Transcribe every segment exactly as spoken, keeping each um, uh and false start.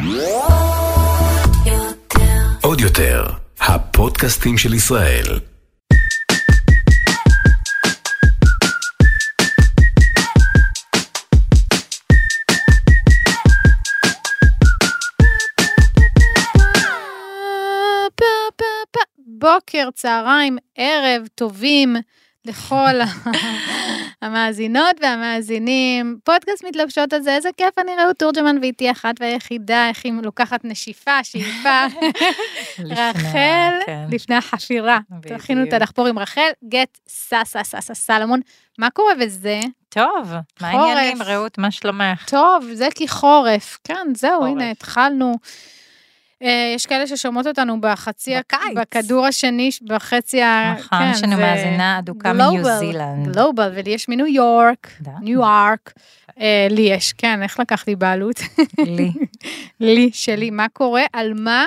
עוד יותר, הפודקאסטים של ישראל. בוקר, צהריים, ערב, טובים לכל המאזינות והמאזינים. פודקאסט מתלבשות על זה, איזה כיף, אני רעות תורג'מן ואיתי אחת והיחידה, איך היא לוקחת נשיפה, שאיפה. רחל, לפני החפירה. תכינו את הדחפור עם רחל, גט ססה ססה סלמון. מה קורה בזה? טוב, מה העניינים, רעות, מה שלומך? טוב, זה כי חורף. כן, זהו, הנה, התחלנו. יש כאלה ששומעות אותנו בחצי, בכדור השני, בחצי ה... נכון, יש לנו מאזינה אדוקה מניו זילנד. גלובל, ולי יש מניו יורק, ניו יורק. לי יש, כן, איך לקחתי בעלות? לי. לי, שלי, מה קורה? על מה?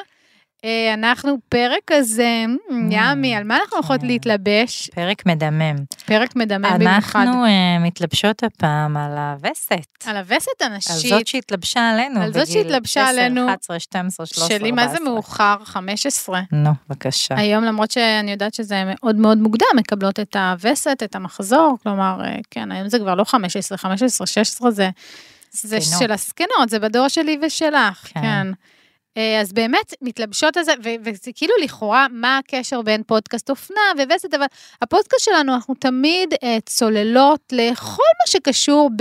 אנחנו פרק כזה, ימי, על מה אנחנו הולכות להתלבש? פרק מדמם. פרק מדמם במיוחד. אנחנו מתלבשות הפעם על הווסת. על הווסת הנשית. על זאת שהתלבשה עלינו. על זאת שהתלבשה עלינו. עשר, אחת עשרה, שתים עשרה, שלוש עשרה, שלי, מה זה מאוחר? חמש עשרה. נו, בבקשה. היום, למרות שאני יודעת שזה מאוד מאוד מוקדם, מקבלות את הווסת, את המחזור, כלומר, כן, היום זה כבר לא חמש עשרה, חמש עשרה, שש עשרה, זה, זה של הסקנות, זה בדור שלי ושלך, כן. כן. אז באמת מתלבשות על זה, וזה כאילו לכאורה מה הקשר בין פודקאסט אופנה ווסת, אבל הפודקאסט שלנו אנחנו תמיד צוללות לכל מה שקשור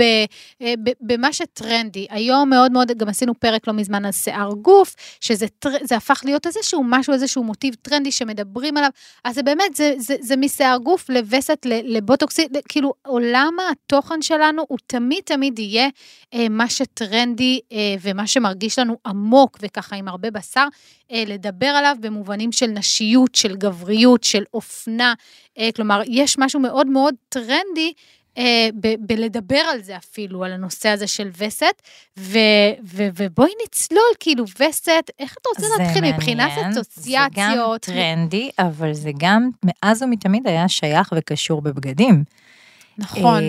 במה שטרנדי. היום מאוד מאוד גם עשינו פרק לא מזמן על שיער גוף, שזה זה הפך להיות איזשהו משהו, איזשהו מוטיב טרנדי שמדברים עליו, אז זה באמת, זה, זה, זה משיער גוף לווסת, לבוטוקסי, כאילו עולם התוכן שלנו הוא תמיד תמיד יהיה מה שטרנדי ומה שמרגיש לנו עמוק וככה עם הרבה בשר, לדבר עליו במובנים של נשיות, של גבריות, של אופנה, כלומר, יש משהו מאוד מאוד טרנדי, ב- בלדבר על זה אפילו, על הנושא הזה של וסת, ו- ו- ובואי נצלול, כאילו וסת, איך אתה רוצה להתחיל מבחינת אסוציאציות? זה גם טרנדי, אבל זה גם, מאז ומתמיד היה שייך וקשור בבגדים. נכון.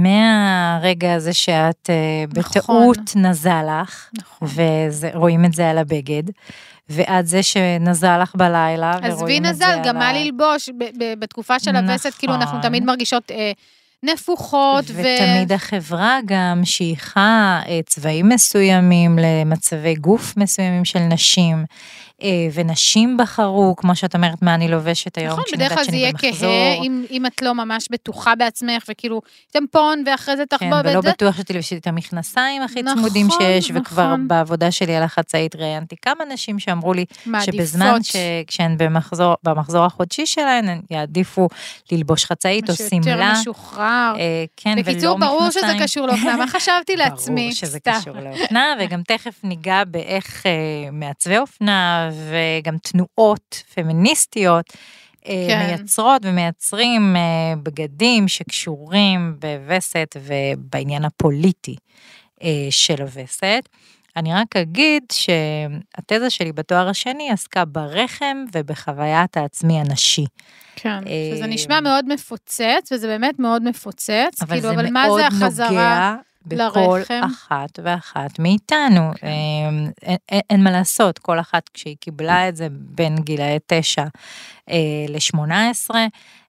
מהרגע הזה שאת בטעות נזה לך, ורואים את זה על הבגד, ועד זה שנזה לך בלילה, ורואים את זה על... אז וי נזל, גם מה ללבוש, בתקופה של הווסת, כאילו אנחנו תמיד מרגישות נפוחות. ותמיד החברה גם שייכה צבעים מסוימים, למצבי גוף מסוימים של נשים, ונשים בחרו, כמו שאת אומרת, מה אני לובשת היום, נכון, בדרך כלל זה יהיה כהה, אם, אם את לא ממש בטוחה בעצמך, וכאילו טמפון, ואחרי זה תחבוא. כן, ולא בטוח שתלבשי את המכנסיים הכי נכון, צמודים שיש, נכון. וכבר בעבודה שלי על החצאית ראיינתי כמה נשים שאמרו לי, מעדיפות. שבזמן שכשהן במחזור, במחזור החודשי שלהן, הן יעדיפו ללבוש חצאית או סמלה. יותר משוחרר. אה, כן, בקיצור, ברור שזה קשור לאופנה, מה חשבתי לעצמי? ברור שזה קשור לאופנה, וגם תכף ניגע באיך אה, מעצבי אופנה, וגם תנועות פמיניסטיות כן. מייצרות ומייצרים בגדים שקשורים בווסת ובעניין הפוליטי של הווסת. אני רק אגיד שהתזה שלי בתואר השני עסקה ברחם ובחוויית העצמי הנשי. כן, שזה נשמע מאוד מפוצץ, וזה באמת מאוד מפוצץ, אבל כאילו, זה אבל מאוד מה זה החזרה נוגע בכל לרחם. אחת ואחת מאיתנו. כן. אין, אין, אין מה לעשות, כל אחת כשהיא קיבלה את זה בין גילאי תשע לשמונה עשרה,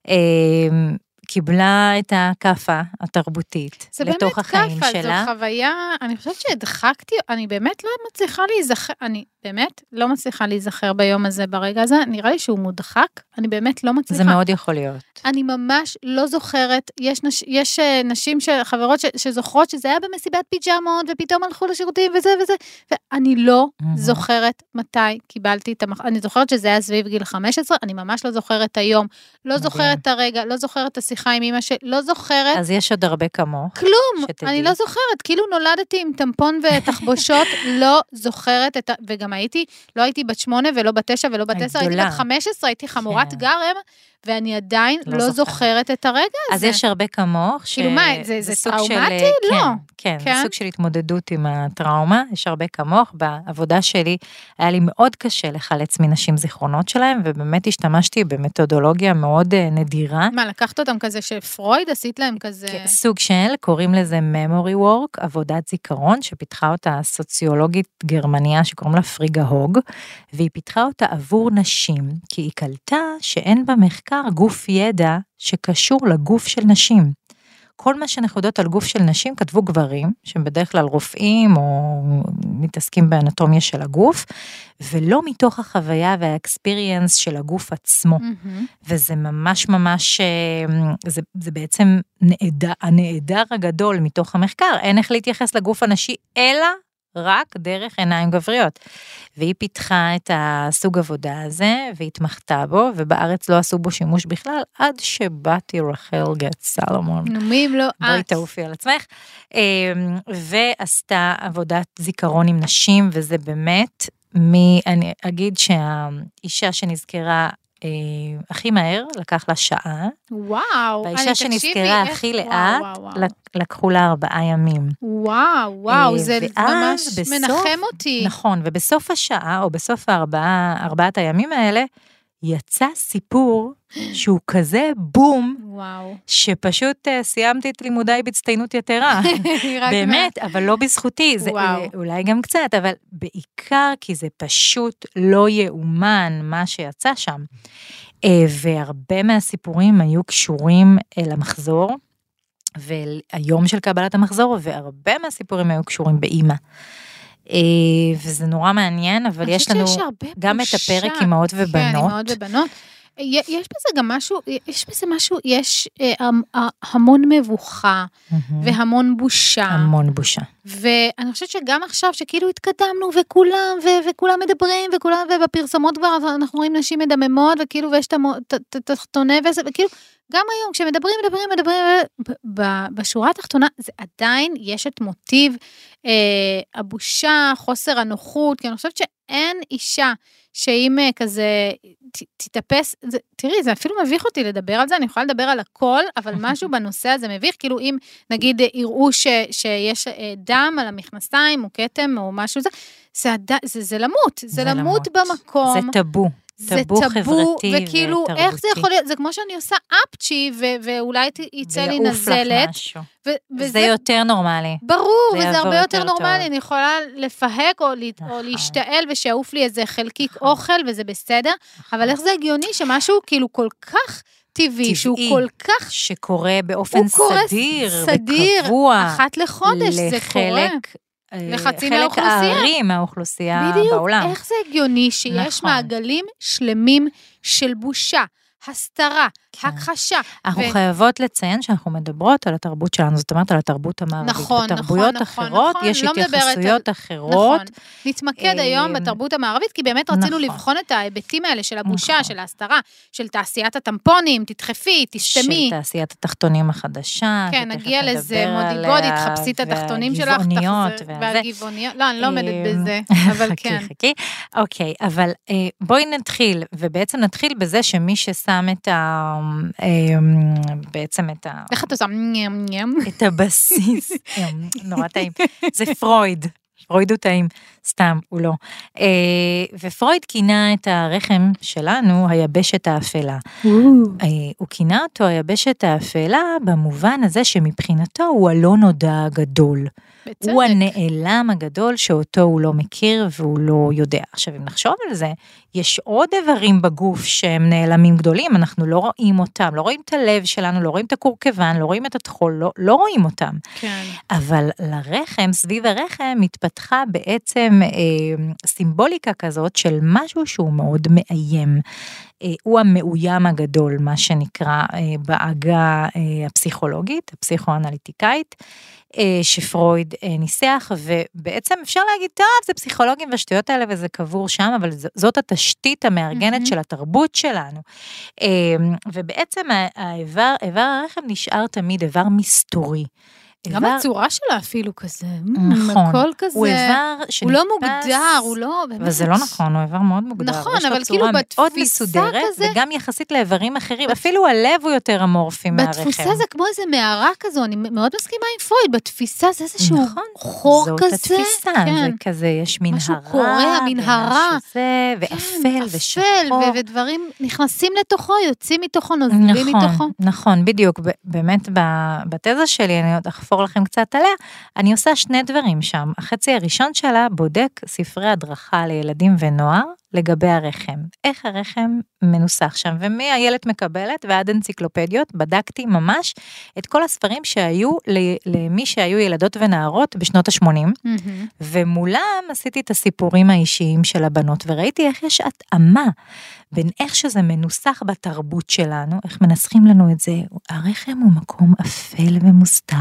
קיבלה את הקפה התרבותית לתוך החיים קפה, שלה. זה באמת קפה, זו חוויה, אני חושבת שהדחקתי, אני באמת לא מצליחה להיזכר, אני באמת לא מצליחה להיזכר ביום הזה, ברגע הזה, נראה לי שהוא מודחק, אני באמת לא מצליחה. זה מאוד יכול להיות. אני ממש לא זוכרת, יש, נש, יש נשים, ש, חברות ש, שזוכרות שזה היה במסיבת פיג'מות, ופתאום הלכו לשירותים וזה וזה, ואני לא mm-hmm. זוכרת מתי קיבלתי את המח... אני זוכרת שזה היה סביב גיל חמש עשרה, אני ממש לא זוכרת היום, לא מדהים. זוכרת את הרגע, לא זוכרת את השיחה עם אמא של... לא זוכרת. אז יש עוד הרבה כמוך. כלום, שתדעי. אני לא זוכרת, כאילו נולדתי עם טמפון ותחבושות, לא זוכרת את ה... וגם הייתי, לא הייתי בת שמונה ולא בת תשע ולא בת עשר, הייתי בת חמש עשרה, הייתי חמורת כן. גרם, ואני עדיין לא, לא זוכרת את הרגע הזה. אז יש הרבה כמוך. כאילו מה, זה, זה, זה טראומטי? של, לא. כן, כן, כן, זה סוג של התמודדות עם הטראומה, יש הרבה כמוך. בעבודה שלי היה לי מאוד קשה לחלץ מנשים זיכרונות שלהם, ובאמת השתמשתי במתודולוגיה מאוד נדירה. מה, לקחת אותם כזה שפרויד, עשית להם כזה? כן, סוג של, קוראים לזה memory work, עבודת זיכרון, שפיתחה אותה סוציולוגית גרמניה, שקוראים לה פריגה הוג, והיא פיתחה אותה עבור נשים, כי היא קלטה שאין במחקר גוף ידע שקשור לגוף של נשים. כל מה שאנחנו יודעות על גוף של נשים כתבו גברים, שהם בדרך כלל רופאים או מתעסקים באנטומיה של הגוף, ולא מתוך החוויה והאקספיריאנס של הגוף עצמו. Mm-hmm. וזה ממש ממש, זה, זה בעצם נעדר, הנעדר הגדול מתוך המחקר, אין איך להתייחס לגוף הנשי, אלא רק דרך עיניים גבריות. והיא פיתחה את הסוג עבודה הזה, והתמחתה בו, ובארץ לא עשו בו שימוש בכלל, עד שבאתי רחל גט סלומון. נומים לא את. בואי תעופי על עצמך. ועשתה עבודת זיכרון עם נשים, וזה באמת, מי, אני אגיד שהאישה שנזכרה, הכי מהר, לקח לה שעה. וואו. והאישה שנזכרה הכי לאט, לקחו לה ארבעה ימים. וואו, וואו, זה ממש מנחם אותי. נכון, ובסוף השעה, או בסוף ארבעת הימים האלה, יצא סיפור שהוא כזה בום, וואו. שפשוט סיימתי את לימודיי בהצטיינות יתרה. באמת, אבל לא בזכותי, זה אולי גם קצת, אבל בעיקר כי זה פשוט לא יאומן מה שיצא שם. והרבה מהסיפורים היו קשורים אל המחזור, והיום של קבלת המחזור, והרבה מהסיפורים היו קשורים באמא. וזה נורא מעניין, אבל יש לנו גם את הפרק אמהות ובנות. כן, אמהות ובנות. יש בזה גם משהו, יש בזה משהו, יש המון מבוכה, והמון בושה. המון בושה. ואני חושבת שגם עכשיו, שכאילו התקדמנו, וכולם, וכולם מדברים, וכולם, ובפרסומות כבר, אנחנו רואים נשים מדממות, וכאילו, ויש את התחתונה, וכאילו, גם היום, כשמדברים, מדברים, מדברים, בשורה התחתונה, זה עדיין יש את מוטיב הבושה, חוסר הנוחות, כי אני חושבת שאין אישה שאם כזה תתאפס, זה, תראי, זה אפילו מביך אותי לדבר על זה, אני יכולה לדבר על הכל, אבל משהו בנושא הזה מביך, כאילו אם נגיד יראו ש, שיש דם על המכנסיים או כתם או משהו זה, זה, זה, זה למות, זה, זה למות במקום. זה טאבו. זה טאבו, חברתי וכאילו, ותרבותי. איך זה יכול להיות, זה כמו שאני עושה אפצ'י, ו- ואולי יצא לי נזלת. ו- וזה זה יותר נורמלי. ברור, וזה הרבה יותר, יותר נורמלי, טוב. אני יכולה לפהק או, או להשתעל, ושיעוף לי איזה חלקיק אוכל, וזה בסדר, אבל איך זה הגיוני שמשהו כאילו כל כך טבעי, טבעי שהוא כל כך... שקורה באופן סדיר, סדיר וקבוע. אחת לחודש, זה קורה. לחצי מהאוכלוסייה. חלק הארי מהאוכלוסייה בעולם. בדיוק, איך זה הגיוני שיש נכון. מעגלים שלמים של בושה, הסתרה, כן. הכחשה. אנחנו ו... חייבות לציין שאנחנו מדברות על התרבות שלנו, זאת אומרת על התרבות המערבית. נכון, בתרבויות נכון, אחרות, נכון, יש לא התייחסויות אחרות. נכון, נתמקד היום בתרבות המערבית, כי באמת רצינו נכון. לבחון את ההיבטים האלה של הבושה, נכון. של ההסתרה, של תעשיית הטמפונים, תדחפי, תסתמי. של תעשיית התחתונים החדשה. כן, נגיע לזה, מודי גודי, תחפשי את התחתונים שלך, והגבעוניות, לא, אני לא עומדת בזה, אבל כן. אוקיי, אבל בואי נתחיל, ובעצם נתחיל בזה שמי ששם את ה... בעצם את ה... איך את עושה? את הבסיס. נורא טעים. זה פרויד. פרויד הוא טעים. סתם, הוא לא. ופרויד כינה את הרחם שלנו היבשת האפלה. הוא כינה אותו היבשת האפלה במובן הזה שמבחינתו הוא הלא נודע הגדול. בצדק. הוא הנעלם הגדול שאותו הוא לא מכיר והוא לא יודע. עכשיו, אם נחשוב על זה, יש עוד איברים בגוף שהם נעלמים גדולים, אנחנו לא רואים אותם, לא רואים את הלב שלנו, לא רואים את הקורקבן, לא רואים את התחול, לא, לא רואים אותם. כן. אבל לרחם, סביב הרחם, מתפתחה בעצם אה, סימבוליקה כזאת של משהו שהוא מאוד מאיים. אה, הוא המאוים הגדול, מה שנקרא אה, בעגה אה, הפסיכולוגית, הפסיכואנליטיקאית, שפרויד ניסח, ובעצם אפשר להגיד, טוב, זה פסיכולוגים והשטויות האלה, וזה קבור שם, אבל זאת התשתית המארגנת של התרבות שלנו. ובעצם האיבר, איבר הרחם נשאר תמיד איבר מסתורי. גם הצורה שלה אפילו כזה. נכון. הכל כזה. הוא איבר שנתפס. הוא לא מוגדר, הוא לא... וזה לא נכון, הוא איבר מאוד מוגדר. נכון, אבל כאילו בתפיסה כזה... וגם יחסית לאיברים אחרים, אפילו הלב הוא יותר אמורפי מהרחם. בתפיסה זה כמו איזה מערה כזו, אני מאוד מסכימה עם פרויד, בתפיסה זה איזשהו חור כזה. זאת התפיסה, זה כזה, יש מנהרה. משהו קורע, מנהרה. ואפל ושחור. ודברים נכנסים לתוכו, יוצאים מתוכו, נוזלים מתוכו. נכון, בדיוק. באמת בתזה שלי, אני עוד אחפור לכם קצת עליה, אני עושה שני דברים שם. החצי הראשון שלה בודק ספרי הדרכה לילדים ונוער, לגבי הרחם. איך הרחם מנוסח שם, ומי הילד מקבלת, ועד אנציקלופדיות, בדקתי ממש את כל הספרים שהיו למי שהיו ילדות ונערות בשנות ה-שמונים, mm-hmm. ומולם עשיתי את הסיפורים האישיים של הבנות, וראיתי איך יש התאמה בין איך שזה מנוסח בתרבות שלנו, איך מנסחים לנו את זה, הרחם הוא מקום אפל ומוסתר,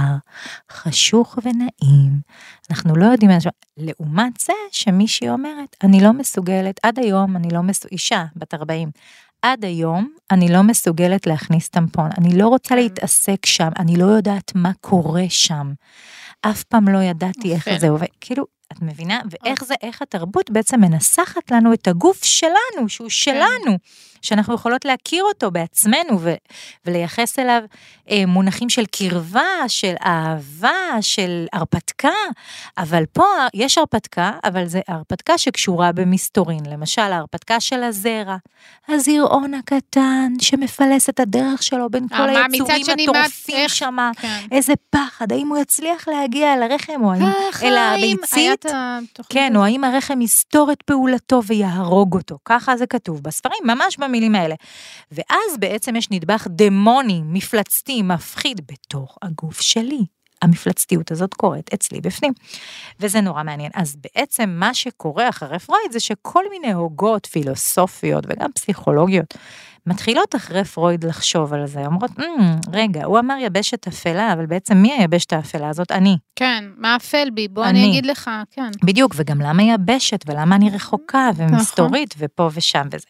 חשוך ונעים, אנחנו לא יודעים, לעומת זה שמישהי אומרת, אני לא מסוגלת, עד היום אני לא מסוגלת, אישה בת ארבעים, עד היום אני לא מסוגלת להכניס טמפון, אני לא רוצה להתעסק שם, אני לא יודעת מה קורה שם, אף פעם לא ידעתי איך זה עובד, כאילו, את מבינה? ואיך זה, איך התרבות בעצם מנסחת לנו את הגוף שלנו, שהוא שלנו, שאנחנו יכולות להכיר אותו בעצמנו, ו- ולייחס אליו אה, מונחים של קרבה, של אהבה, של הרפתקה, אבל פה יש הרפתקה, אבל זה הרפתקה שקשורה במסתורין, למשל ההרפתקה של הזרע, הזרעון הקטן, שמפלס את הדרך שלו, בין כל היצורים הטורפים שם, כן. איזה פחד, האם הוא יצליח להגיע אל הרחם, או האם אל הביצית, כן, או האם הרחם יסתור את פעולתו ויהרוג אותו, ככה זה כתוב בספרים, ממש במילים האלה. ואז בעצם יש נדבך דמוני, מפלצתי, מפחיד בתוך הגוף שלי. המפלצתיות הזאת קורית אצלי בפנים. וזה נורא מעניין. אז בעצם מה שקורה אחרי פרויד זה שכל מיני הוגות פילוסופיות וגם פסיכולוגיות מתחילות אחרי פרויד לחשוב על זה. אומרות, רגע, הוא אמר יבשת אפלה, אבל בעצם מי היבשת האפלה הזאת? אני. כן, מה אפל בי? בוא אני אגיד לך, כן. בדיוק, וגם למה יבשת, ולמה אני רחוקה ומסתורית ופה ושם וזה.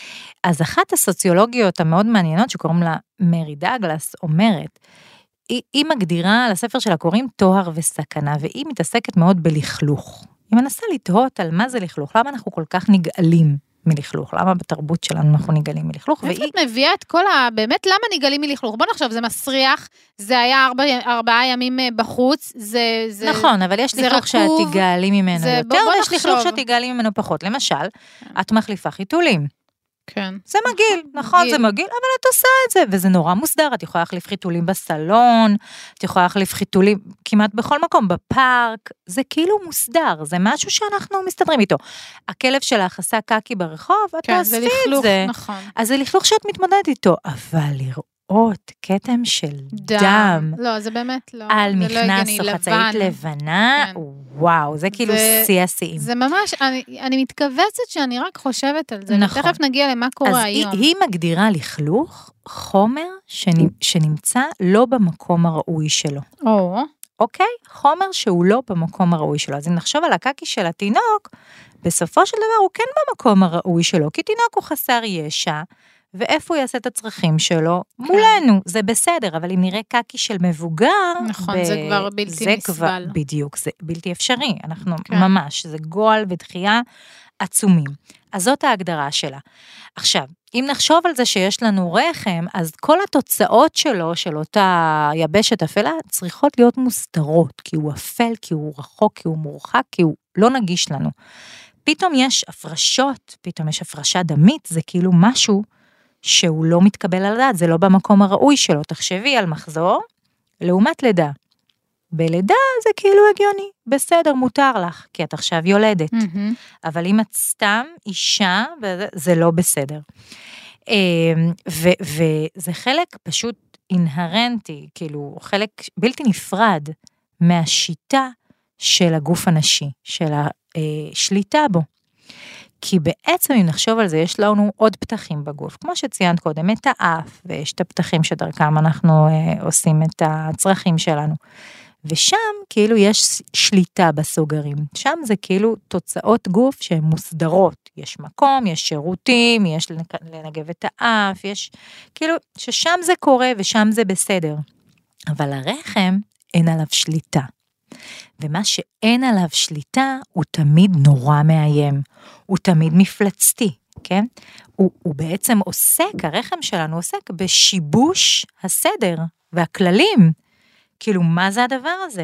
אז אחת הסוציולוגיות המאוד מעניינות שקוראים לה מרי דאגלס אומרת, היא, היא מגדירה לספר שלה קוראים תואר וסכנה, והיא מתעסקת מאוד בלכלוך. היא מנסה לתהות על מה זה לכלוך, למה אנחנו כל כך נגאלים מלכלוך, למה בתרבות שלנו אנחנו נגאלים מלכלוך. והיא... את מביאה את כל ה... באמת למה נגאלים מלכלוך? בוא נחשוב, זה מסריח, זה היה ארבע, ארבעה ימים בחוץ, זה... זה נכון, אבל יש לכלוך שאת תגאלים ממנו זה... יותר, ויש לכלוך שאת תגאלים ממנו פחות. למשל, כן. את מחליפה חיתולים. כן. זה מגיל, נכון, מגיל. זה מגיל, אבל את עושה את זה, וזה נורא מוסדר, את יכולה להחליף חיתולים בסלון, את יכולה להחליף חיתולים כמעט בכל מקום, בפארק, זה כאילו מוסדר, זה משהו שאנחנו מסתדרים איתו. הכלב שלך עשה קקי ברחוב, את כן, תאספי את זה, נכון. אז זה לכלוך שאת מתמודדת איתו, אבל לראות כתם של דם, דם לא, זה באמת לא, על זה מכנס לא או חצאית לבנה, כן. וואו, זה כאילו שיא השיאים. זה ממש, אני, אני מתכווצת שאני רק חושבת על זה, נכון. ותכף נגיע למה קורה היום. אז היא, היא מגדירה לכלוך חומר שנמצא לא במקום הראוי שלו. או. אוקיי? חומר שהוא לא במקום הראוי שלו. אז אם נחשוב על הקקי של התינוק, בסופו של דבר הוא כן במקום הראוי שלו, כי תינוק הוא חסר ישע, ואיפה הוא יעשה את הצרכים שלו? כן. מולנו, זה בסדר, אבל אם נראה קקי של מבוגר, נכון, ב... זה כבר בלתי זה נסבל. כבר, בדיוק, זה בלתי אפשרי, אנחנו כן. ממש, זה גועל ודחייה עצומים. אז זאת ההגדרה שלה. עכשיו, אם נחשוב על זה שיש לנו רחם, אז כל התוצאות שלו, של אותה יבשת אפלה, צריכות להיות מוסתרות, כי הוא אפל, כי הוא רחוק, כי הוא מורחק, כי הוא לא נגיש לנו. פתאום יש הפרשות, פתאום יש הפרשה דמית, זה כאילו משהו שהוא לא מתקבל על הדעת, זה לא במקום הראוי שלו. תחשבי על מחזור, לעומת לידה. בלידה זה כאילו הגיוני, בסדר, מותר לך, כי את עכשיו יולדת. Mm-hmm. אבל אם את סתם אישה, זה לא בסדר. וזה חלק פשוט אינהרנטי, כאילו חלק בלתי נפרד מהשיטה של הגוף הנשי, של השליטה בו. כי בעצם אם נחשוב על זה, יש לנו עוד פתחים בגוף, כמו שציינת קודם, את האף, ויש את הפתחים שדרכם אנחנו אה, עושים את הצרכים שלנו. ושם כאילו יש שליטה בסוגרים, שם זה כאילו תוצאות גוף שהן מוסדרות, יש מקום, יש שירותים, יש לנגב את האף, יש כאילו ששם זה קורה ושם זה בסדר. אבל הרחם אין עליו שליטה. ומה שאין עליו שליטה, הוא תמיד נורא מאיים, הוא תמיד מפלצתי, כן? הוא, הוא בעצם עוסק, הרחם שלנו עוסק בשיבוש הסדר והכללים, כאילו מה זה הדבר הזה?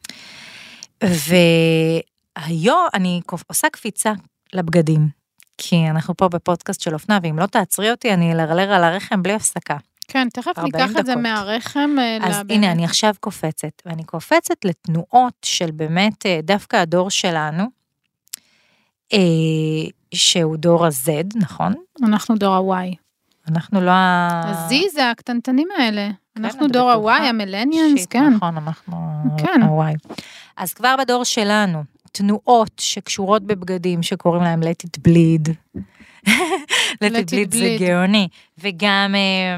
והיום אני עושה קפיצה לבגדים, כי אנחנו פה בפודקאסט של אופנה, ואם לא תעצרי אותי, אני אלרלר על הרחם בלי הפסקה. כן, תכף ניקח את זה מהרחם. אז הנה, אני עכשיו קופצת, ואני קופצת לתנועות של באמת, דווקא הדור שלנו, שהוא דור ה-Z, נכון? אנחנו דור ה-Y. אנחנו לא ה... ה-Z זה הקטנטנים האלה. אנחנו דור ה-Y, המילניאנס, כן. נכון, אנחנו ה-Y. אז כבר בדור שלנו, תנועות שקשורות בבגדים, שקוראים להם let it bleed. let it bleed זה גאוני. וגם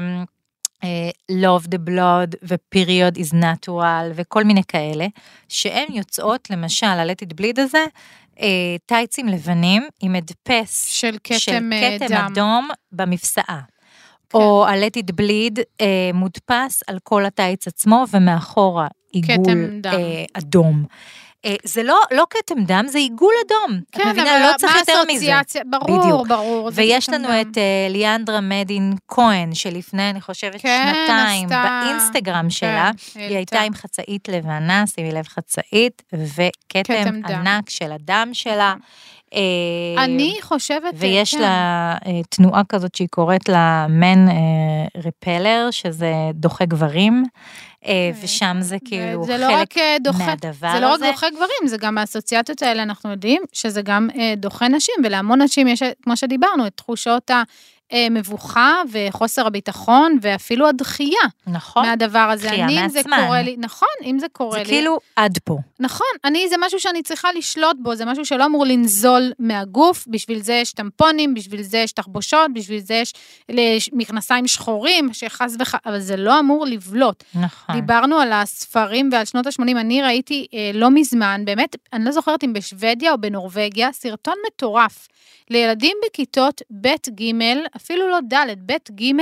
love the blood, ו-period is natural, וכל מיני כאלה, שהן יוצאות, למשל, ה-let it bleed הזה, טייצים לבנים, עם הדפס של כתם אדום במפסעה. או ה-let it bleed מודפס על כל הטייץ עצמו, ומאחורה עיגול אדום. זה לא, לא כתם דם, זה עיגול אדום. כן, אבל לא צריך יותר מזה. ברור, בדיוק. ברור. ויש לנו דם. את uh, ליאנדרה מדין כהן, שלפני, אני חושבת, כן, שנתיים, עשתה... באינסטגרם שלה, כן, היא הייתה עם חצאית לבנה, שימי לב חצאית, וכתם ענק דם. של הדם שלה. אני חושבת... ויש כן. לה תנועה כזאת שהיא קוראת לה מן ריפלר, שזה דוחה גברים, ושם זה כאילו זה חלק לא רק דוחה, מהדבר הזה. זה לא רק דוחה גברים, זה גם האסוציאציות האלה, אנחנו יודעים שזה גם דוחה נשים, ולהמון נשים יש, כמו שדיברנו, את תחושות המבוכה וחוסר הביטחון, ואפילו הדחייה. נכון. מהדבר הזה. דחייה אני, מעצמן. זה קורה לי, נכון, אם זה קורה זה לי. זה כאילו עד פה. נכון, אני, זה משהו שאני צריכה לשלוט בו, זה משהו שלא אמור לנזול מהגוף, בשביל זה יש טמפונים, בשביל זה יש תחבושות, בשביל זה יש מכנסיים שחורים, שחס וח... אבל זה לא אמור לבלוט. נכון. דיברנו על הספרים ועל שנות ה-שמונים, אני ראיתי אה, לא מזמן, באמת, אני לא זוכרת אם בשוודיה או בנורווגיה, סרטון מטורף, לילדים בכיתות בית ג', אפילו לא ד', בית ג',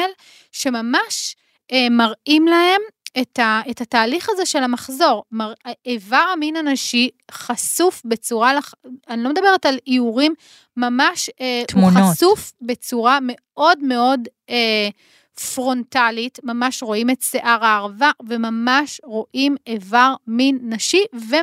שממש אה, מראים להם את, ה, את התהליך הזה של המחזור. מר, איבר המין הנשי חשוף בצורה, לח, אני לא מדברת על איורים, ממש אה, הוא חשוף בצורה מאוד מאוד אה, פרונטלית, ממש רואים את שיער הערווה, וממש רואים איבר מין נשי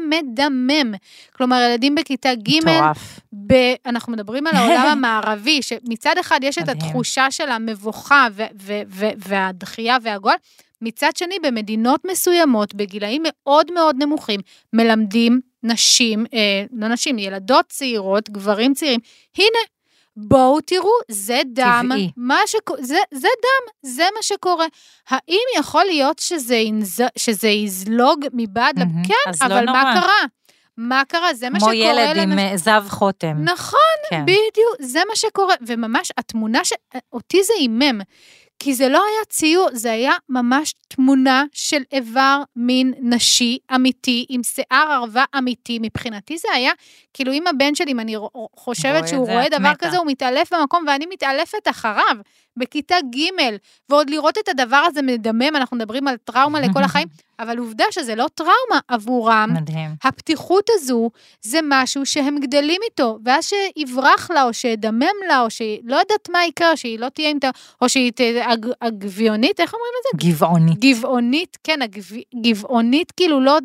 ומדמם. כלומר, ילדים בכיתה ג', ב, אנחנו מדברים על העולם המערבי, שמצד אחד יש את התחושה של המבוכה ו- ו- ו- והדחייה והגול, מצד שני, במדינות מסוימות, בגילאים מאוד מאוד נמוכים, מלמדים נשים, אה, לא נשים, ילדות צעירות, גברים צעירים, הנה, בואו תראו, זה דם, מה שקו, זה, זה דם, זה מה שקורה. האם יכול להיות שזה, ינז, שזה יזלוג מבעד? Mm-hmm, כן, אבל לא מה נורא. קרה? מה קרה? זה מה שקורה. כמו ילד עם לנש... זב חותם. נכון, כן. בדיוק, זה מה שקורה. וממש התמונה שאותי זה אימם, כי זה לא היה ציור, זה היה ממש תמונה של איבר מין נשי אמיתי, עם שיער ערווה אמיתי, מבחינתי זה היה, כאילו אם הבן שלי, אם אני חושבת שהוא רואה דבר מתה. כזה, הוא מתעלף במקום, ואני מתעלפת אחריו, בכיתה ג' ועוד לראות את הדבר הזה מדמם, אנחנו מדברים על טראומה לכל החיים, אבל עובדה שזה לא טראומה עבורם, מדהים. הפתיחות הזו, זה משהו שהם גדלים איתו, ואז שיברח לה, או שידמם לה, או שהיא לא יודעת מה יקרה, שהיא לא תהיה עם תה, או שהיא תהיה הגביונית, איך אומרים את זה? גבעונית. גבעונית, כן, גבעונית, כאילו לא,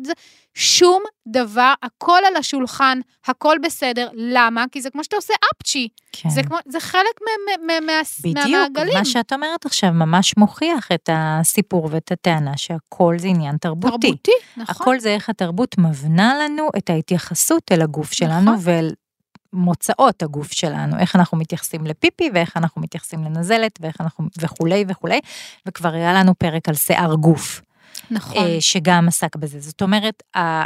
שום דבר, הכל על השולחן, הכל בסדר, למה? כי זה כמו שאתה עושה אפצ'י, כן. זה, כמו, זה חלק מהמעגלים. בדיוק, מה שאת אומרת עכשיו ממש מוכיח את הסיפור ואת הטענה שהכל זה עניין תרבותי. תרבותי, נכון. הכל זה איך התרבות מבנה לנו את ההתייחסות אל הגוף שלנו, נכון. ואל מוצאות הגוף שלנו, איך אנחנו מתייחסים לפיפי, ואיך אנחנו מתייחסים לנזלת, ואיך אנחנו, וכולי וכולי, וכבר היה לנו פרק על שיער גוף. נכון. שגם עסק בזה. זאת אומרת,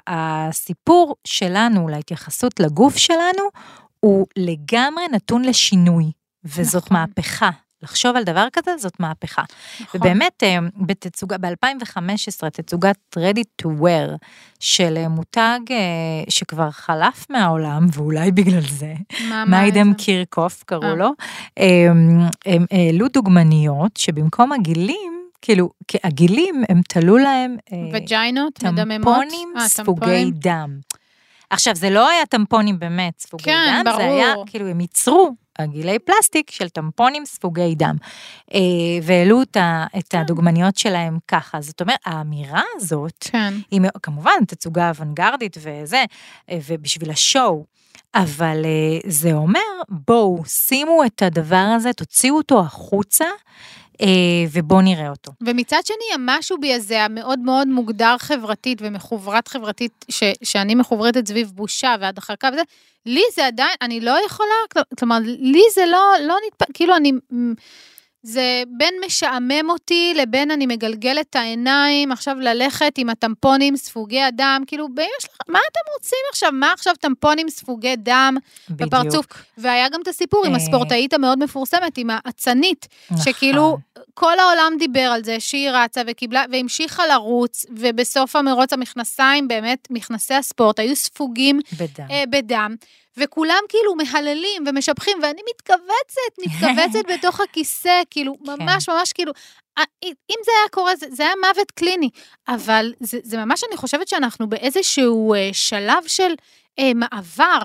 הסיפור שלנו, להתייחסות לגוף שלנו, הוא לגמרי נתון לשינוי, וזאת נכון. מהפכה. לחשוב על דבר כזה, זאת מהפכה. נכון. ובאמת, בתצוגה, ב-אלפיים וחמש עשרה, תצוגת Ready to Wear, של מותג שכבר חלף מהעולם, ואולי בגלל זה, מיידם קירקוף קראו לו, הם העלו דוגמניות, שבמקום הגילים, כאילו, הגילים הם תלו להם... וג'יינות, מדממות. טמפונים ספוגי דם. עכשיו, זה לא היה טמפונים באמת ספוגי כן, דם, ברור. זה היה, כאילו, הם ייצרו הגילי פלסטיק של טמפונים ספוגי דם, והעלו את הדוגמניות שלהם ככה. זאת אומרת, האמירה הזאת, כן. היא כמובן תצוגה אוונגרדית וזה, ובשביל השואו, אבל זה אומר, בואו, שימו את הדבר הזה, תוציאו אותו החוצה, ובואו נראה אותו. ומצד שני, המשהו בי הזה, המאוד מאוד מוגדר חברתית, ומחוברת חברתית, ש, שאני מחוברת סביב בושה, והדחקה וזה, לי זה עדיין, אני לא יכולה, כלומר, לי זה לא, לא נתפ... כאילו אני... זה בין משעמם אותי, לבין אני מגלגלת את העיניים, עכשיו ללכת עם הטמפונים ספוגי הדם, כאילו, יש לך, מה אתם רוצים עכשיו? מה עכשיו טמפונים ספוגי דם בפרצוף? והיה גם את הסיפור עם הספורטאית המאוד מפורסמת, עם העצנית, שכאילו, כל העולם דיבר על זה, שהיא רצה וקיבלה, והמשיכה לרוץ, ובסוף המרוץ המכנסיים, באמת, מכנסי הספורט, היו ספוגים בדם. בדם. וכולם כאילו מהללים ומשבחים, ואני מתכווצת, מתכווצת בתוך הכיסא, כאילו, ממש ממש כאילו, אם זה היה קורה, זה, זה היה מוות קליני, אבל זה, זה ממש, אני חושבת שאנחנו באיזשהו שלב של אה, מעבר,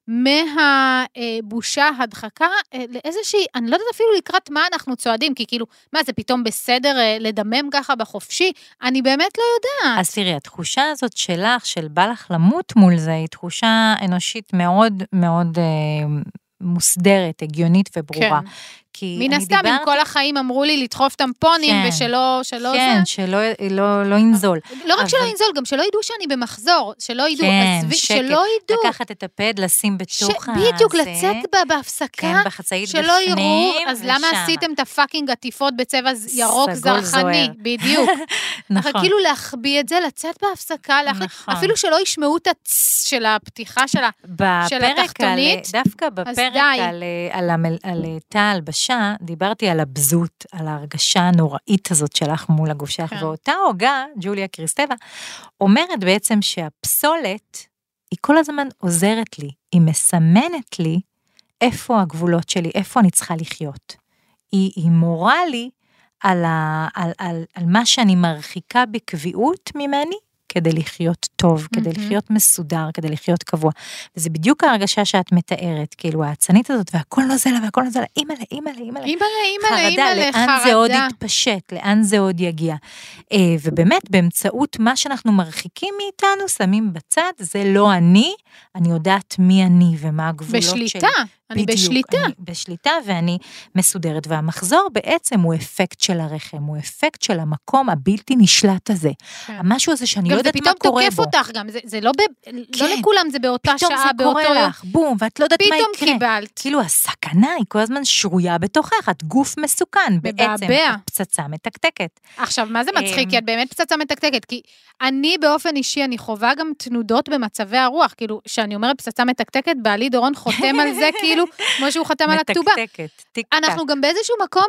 מהבושה, הדחקה, לאיזושהי, אני לא יודעת אפילו לקראת מה אנחנו צועדים, כי כאילו, מה זה פתאום בסדר לדמם ככה בחופשי? אני באמת לא יודעת. אז תראי, התחושה הזאת שלך, של בא לך למות מול זה, היא תחושה אנושית מאוד מאוד אה, מוסדרת, הגיונית וברורה. כן. מן הסתם, אם כל החיים אמרו לי לדחוף טמפונים, כן, ושלא, שלא כן, זה. שלא לא, לא ינזול. לא רק אבל... שלא ינזול, גם שלא ידעו שאני במחזור, שלא ידעו, כן, עזבי, שקט, שלא ידעו. לקחת את הפד, לשים בתוך ש... בדיוק, זה... לצאת בה בהפסקה, כן, בחצאית שלא בפנים, יראו, אז ושם. למה עשיתם את הפאקינג עטיפות בצבע ירוק זרחני, בדיוק. נכון. אבל כאילו להחביא את זה, לצאת בהפסקה, להחביא, נכון. אפילו שלא ישמעו את הצ של הפתיחה של, של התחתונית. דווקא בפרק על, על, על, על תא הלבשה, דיברתי על הבזות, על ההרגשה הנוראית הזאת שלך מול הגוף שלך, כן. ואותה הוגה, ג'וליה קריסטבה, אומרת בעצם שהפסולת, היא כל הזמן עוזרת לי, היא מסמנת לי איפה הגבולות שלי, איפה אני צריכה לחיות. היא, היא מורה לי על, ה, על, על, על מה שאני מרחיקה בקביעות ממני, כדי לחיות טוב, כדי mm-hmm. לחיות מסודר, כדי לחיות קבוע. וזה בדיוק ההרגשה שאת מתארת, כאילו העצנית הזאת, והכל נוזל לה, והכל נוזל לה, אימא לה, אימא לה, אימא לה. אימא לה, אימא לה, אימא לה, חרדה. לאן זה עוד יתפשט, לאן זה עוד יגיע. ובאמת, באמצעות מה שאנחנו מרחיקים מאיתנו, שמים בצד, זה לא אני, אני יודעת מי אני, ומה הגבולות שלי. בשליטה. אני בדיוק, בשליטה. אני בשליטה ואני מסודרת, והמחזור בעצם הוא אפקט של הרחם, הוא אפקט של המקום הבלתי נשלט הזה. כן. המשהו הזה שאני לא יודעת מה קורה בו. גם זה פתאום תוקף אותך, גם זה, זה לא, ב, כן. לא לכולם זה באותה שעה, באותו... פתאום זה קורה לך, בום, ואת לא יודעת מה יקרה. פתאום קיבלת. כאילו הסכנה היא כל הזמן שרויה בתוכך, את גוף מסוכן, בעצם, את פצצה מתקתקת. עכשיו, מה זה מצחיק? כי את באמת פצצה מתקתקת, כי אני באופן אישי, אני חובה גם תנודות במצבי הרוח, כאילו, שאני אומרת פצצה מתקתקת, בעלי דורון חותם על זה, כאילו, כמו שהוא חתם על הכתובה. אנחנו גם באיזשהו מקום,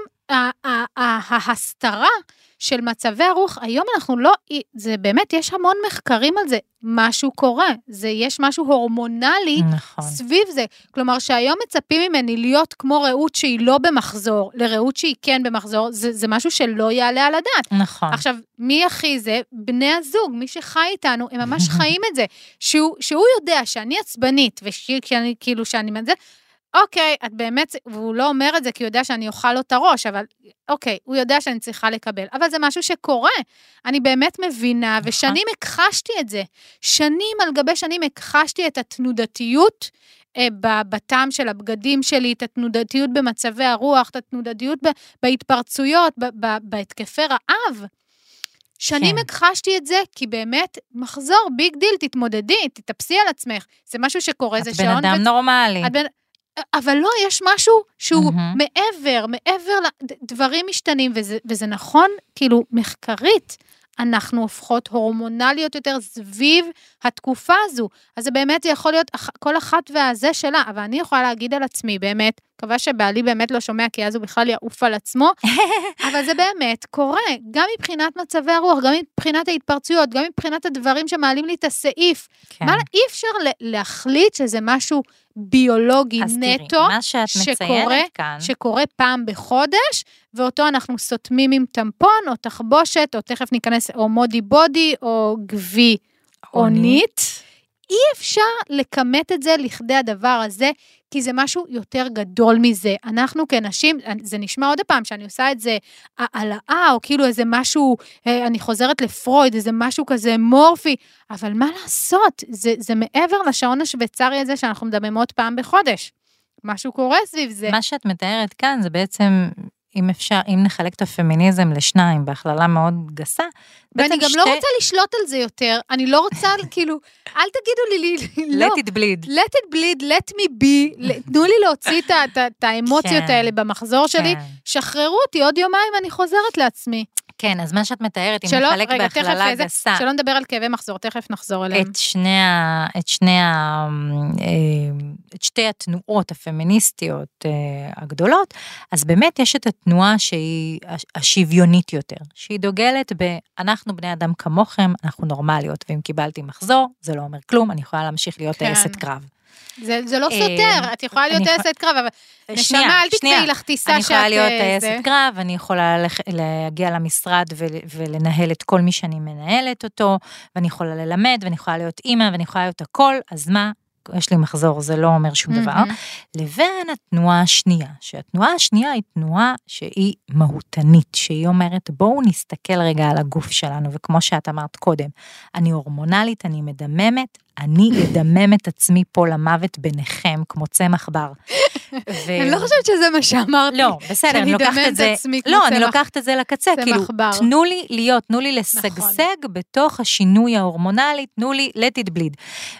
ההסתרה של מצבי הרוח, היום אנחנו לא, זה באמת, יש המון מחקרים על זה, משהו קורה, זה, יש משהו הורמונלי סביב זה, כלומר שהיום מצפים ממני להיות כמו ראות שהיא לא במחזור, לראות שהיא כן במחזור, זה, זה משהו שלא יעלה על הדעת. נכון. עכשיו, מי הכי זה? בני הזוג, מי שחי איתנו, הם ממש חיים את זה, שהוא, שהוא יודע שאני עצבנית, ושאני, כאילו שאני מנזה, אוקיי, את באמת, והוא לא אומר את זה, כי הוא יודע שאני אוכל לו את הראש, אבל אוקיי, הוא יודע שאני צריכה לקבל, אבל זה משהו שקורה, אני באמת מבינה, ושנים הכחשתי את זה, שנים על גבי שנים הכחשתי את התנודתיות, בטעם של הבגדים שלי, את התנודתיות במצבי הרוח, את התנודתיות בהתפרצויות, בהתקפי רעב, שנים הכחשתי את זה, כי באמת, מחזור, ביג דיל, תתמודדי, תתאפסי על עצמך, זה משהו שקורה, זה שעון. את בן אדם נורמלי. אבל לא, יש משהו שהוא mm-hmm. מעבר, מעבר לדברים משתנים, וזה, וזה נכון, כאילו, מחקרית, אנחנו הופכות הורמונליות יותר סביב התקופה הזו, אז זה באמת יכול להיות כל אחת והזה שלה, אבל אני יכולה להגיד על עצמי, באמת, מקווה שבעלי באמת לא שומע, כי אז הוא בכלל יעוף על עצמו, אבל זה באמת קורה, גם מבחינת מצבי הרוח, גם מבחינת ההתפרצויות, גם מבחינת הדברים שמעלים לי את הסעיף, כן. מה, אי אפשר להחליט שזה משהו ביולוגי אז נטו, תראי, מה שאת שקורה, מציינת כאן, שקורה פעם בחודש, ואותו אנחנו סותמים עם טמפון, או תחבושת, או תכף ניכנס, או מודי בודי, או גבי אונית. אי אפשר לקמת את זה לכדי הדבר הזה, כי זה משהו יותר גדול מזה. אנחנו כנשים, זה נשמע עוד פעם, שאני עושה את זה העלאה, או כאילו איזה משהו, אני חוזרת לפרויד, איזה משהו כזה מורפי, אבל מה לעשות? זה, זה מעבר לשעון השוויצרי הזה, שאנחנו מדממות פעם בחודש. משהו קורה סביב זה. מה שאת מתארת כאן, זה בעצם, אם אפשר, אם נחלק את הפמיניזם לשניים, בהכללה מאוד גסה, ואני גם שתי... לא רוצה לשלוט על זה יותר, אני לא רוצה, כאילו, אל תגידו לי, לא. let it bleed. let it bleed, let me be, תנו לי להוציא את האמוציות האלה במחזור שלי, שחררו אותי, עוד יומיים אני חוזרת לעצמי. כן, אז מה שאת מתארת, אם נחלק בהכללה גסה. שלא נדבר על כאבי מחזור, תכף נחזור אליהם. את שני ה... את שני ה... את שתי התנועות הפמיניסטיות הגדולות, אז באמת יש את התנועה שהיא השוויונית יותר, שהיא דוגלת ב... אנחנו בני אדם כמוכם, אנחנו נורמליות, ואם קיבלתי מחזור, זה לא אומר כלום, אני יכולה להמשיך להיות טייסת קרב. זה, זה לא סותר, את יכולה להיות טייסת קרב, אבל נשמה, אל תקראי לך טיסה שאת... אני יכולה להיות טייסת קרב, אני יכולה להגיע למשרד ולנהל את כל מי שאני מנהלת אותו, ואני יכולה ללמד, ואני יכולה להיות אימא, ואני יכולה להיות הכל, אז מה? יש לי מחזור, זה לא אומר שום דבר, לבין התנועה השנייה, שהתנועה השנייה היא תנועה שהיא מהותנית, שהיא אומרת, בואו נסתכל רגע על הגוף שלנו, וכמו שאת אמרת קודם, אני הורמונלית, אני מדממת, אני אדמם את עצמי פה למוות ביניכם, כמו צמח בר. אני לא חושבת שזה מה שאמרתי. לא, בסדר, אני לוקחת את זה, לא, אני לוקחת את זה לקצה, כאילו, תנו לי להיות, תנו לי לשגשג בתוך השינוי ההורמונלי, תנו לי let it bleed.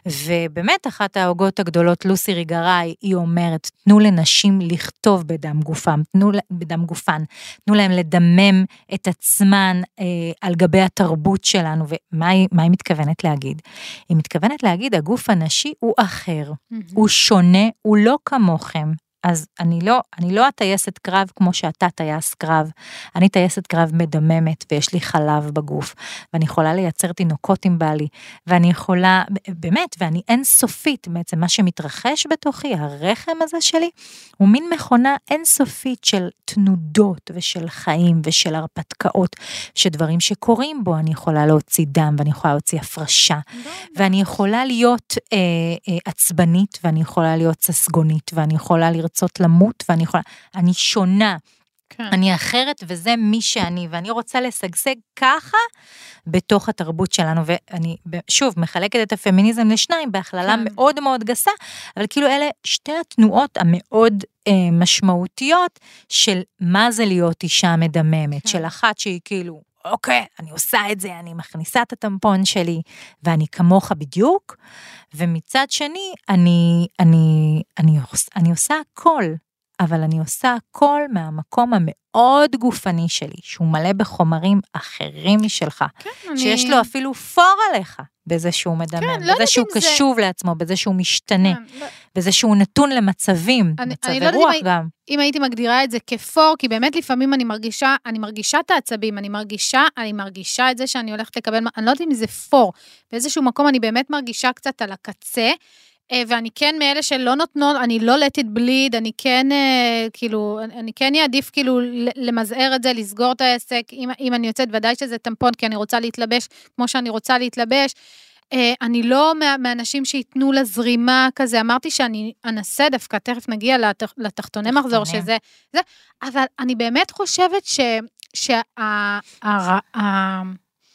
ובאמת, אחת ההוגות הגדולות, לוסי ריגראי, היא אומרת, תנו לנשים לכתוב בדם גופם, תנו בדם גופן, תנו להם לדמם את עצמן על גבי התרבות שלנו, ומה היא מתכוונת להגיד? היא מתכוונת להגיד, הגוף הנשי הוא אחר, הוא שונה, הוא לא כמוכם. אז אני לא, אני לא הטייסת קרב כמו שאתה טייס קרב, אני טייסת קרב מדממת ויש לי חלב בגוף, ואני יכולה לייצר תינוקות עם בעלי, ואני יכולה, באמת, ואני אינסופית, בעצם מה שמתרחש בתוכי, הרחם הזה שלי, הוא מין מכונה אינסופית של תנודות ושל חיים ושל הרפתקאות, שדברים שקורים בו, אני יכולה להוציא דם, ואני יכולה להוציא הפרשה, ואני יכולה להיות אה, אה, עצבנית, ואני יכולה להיות ססגונית, ואני יכולה לרצות רוצות למות, ואני יכולה, אני שונה, כן. אני אחרת, וזה מי שאני, ואני רוצה לשגשג ככה, בתוך התרבות שלנו, ואני שוב מחלקת את הפמיניזם לשניים, בהכללה כן. מאוד מאוד גסה, אבל כאילו אלה שתי התנועות המאוד אה, משמעותיות, של מה זה להיות אישה מדממת, כן. של אחת שהיא כאילו, אוקיי, אני עושה את זה, אני מכניסה את הטמפון שלי, ואני כמוך בדיוק, ומצד שני, אני, אני, אני, אני עושה הכל, אבל אני עושה הכל מהמקום המאוד גופני שלי, שהוא מלא בחומרים אחרים משלך, כן, שיש אני... לו אפילו פור עליך, בזה שהוא מדמם, כן, בזה לא שהוא קשוב זה... לעצמו, בזה שהוא משתנה, כן, לא... בזה שהוא נתון למצבים, אני, מצבי אני רוח לא גם. אם הייתי מגדירה את זה כפור, כי באמת לפעמים אני מרגישה, אני מרגישה את העצבים, אני מרגישה, אני מרגישה את זה שאני הולכת לקבל, אני לא יודעת אם זה פור, באיזשהו מקום אני באמת מרגישה קצת על הקצה, ואני כן מאלה שלא נותנות, אני לא let it bleed, אני כן, כאילו, אני כן יעדיף כאילו למזער את זה, לסגור את העסק, אם, אם אני יוצאת ודאי שזה טמפון, כי אני רוצה להתלבש כמו שאני רוצה להתלבש, אני לא מהאנשים שיתנו לזרימה כזה, אמרתי שאני אנסה דווקא, תכף נגיע לתח, לתחתוני מחזור, שזה, זה, אבל אני באמת חושבת ש, שה, ה, ה, ה,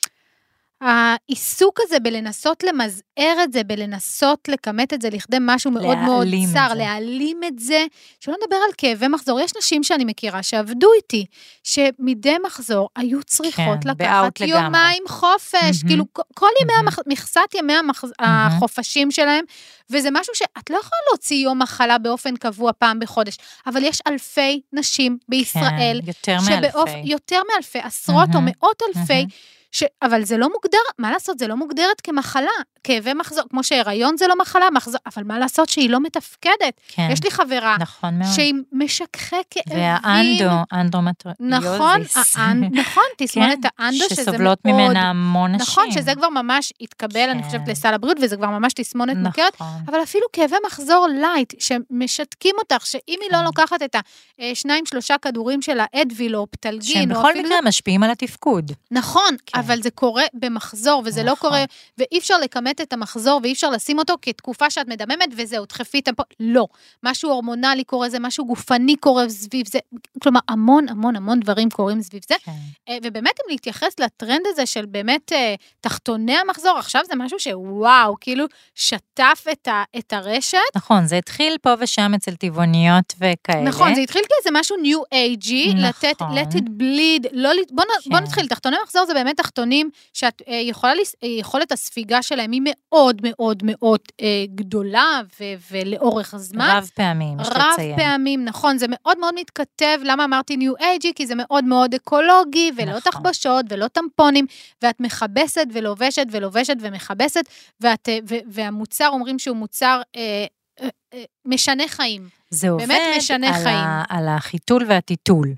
העיסוק הזה בלנסות למזער את זה, בלנסות לקמת את זה, לכדי משהו מאוד מאוד צר, להעלים את זה, שלא נדבר על כאבי מחזור, יש נשים שאני מכירה שעבדו איתי, שמדי מחזור היו צריכות כן, לקחת יומיים חופש, mm-hmm. כאילו כל ימי mm-hmm. המח... מכסת ימי המח... mm-hmm. החופשים שלהם, וזה משהו שאת לא יכולה להוציא יום מחלה באופן קבוע פעם בחודש, אבל יש אלפי נשים בישראל, כן, יותר שבאופ... מאלפי. יותר מאלפי, עשרות mm-hmm. או מאות אלפי, mm-hmm. ש... אבל זה לא מוגדר, מה לעשות? זה לא מוגדרת כמחלה, כאבי מחזור, כמו שהיריון זה לא מחלה, מחזור, אבל מה לעשות שהיא לא מתפקדת? כן. יש לי חברה, נכון מאוד. שהיא משככי כאבים. והאנדו, אנדומטריוזיס. נכון, האנ... נכון, תסמונת כן, האנדו, שזה מאוד... שסובלות ממנה המון נשים. נכון, שזה כבר ממש התקבל, כן. אני חושבת, לסל הבריאות, וזה כבר ממש תסמונת נכון. מוכרת, אבל אפילו כאבי מחזור לייט, שמשתקים אותך, שאם היא לא לוקחת את השניים, שלושה כדורים של האדוויל או פטלגין, שהם בכל מקרה משפיעים על התפקוד. נכון, אבל זה קורה במחזור, וזה לא קורה, ואי אפשר לקמת את המחזור, ואי אפשר לשים אותו כתקופה שאת מדממת, וזהו, תחפי את הפועל. לא. משהו הורמונלי קורה, זה משהו גופני קורה סביב זה. כלומר, המון, המון, המון דברים קורים סביב זה. ובאמת, אם להתייחס לטרנד הזה של באמת תחתוני המחזור, עכשיו זה משהו שוואו, כאילו שטף את, ה, את הרשת. נכון, זה התחיל פה ושם אצל טבעוניות וכאלה. נכון, זה התחיל כאיזה משהו ניו אייג'י, לתת, let it bleed, לא, בוא, כן. בוא נתחיל, תחתוני מחזור זה באמת תחתונים, שאת יכולה, יכולת הספיגה שלהם היא מאוד מאוד מאוד אה, גדולה, ו, ולאורך הזמן. רב פעמים, יש רב לציין. רב פעמים, נכון, זה מאוד מאוד מתכתב, למה אמרתי ניו אייג'י? כי זה מאוד מאוד אקולוגי, ולא נכון. תחבושות, ולא טמפונים, ואת מחבסת ולובשת ולובשת ומחבסת, ואת, ו, והמוצר אומרים שהוא מוצר אה, אה, אה, משנה חיים. זה עובד על, ה, על החיתול והטיטול.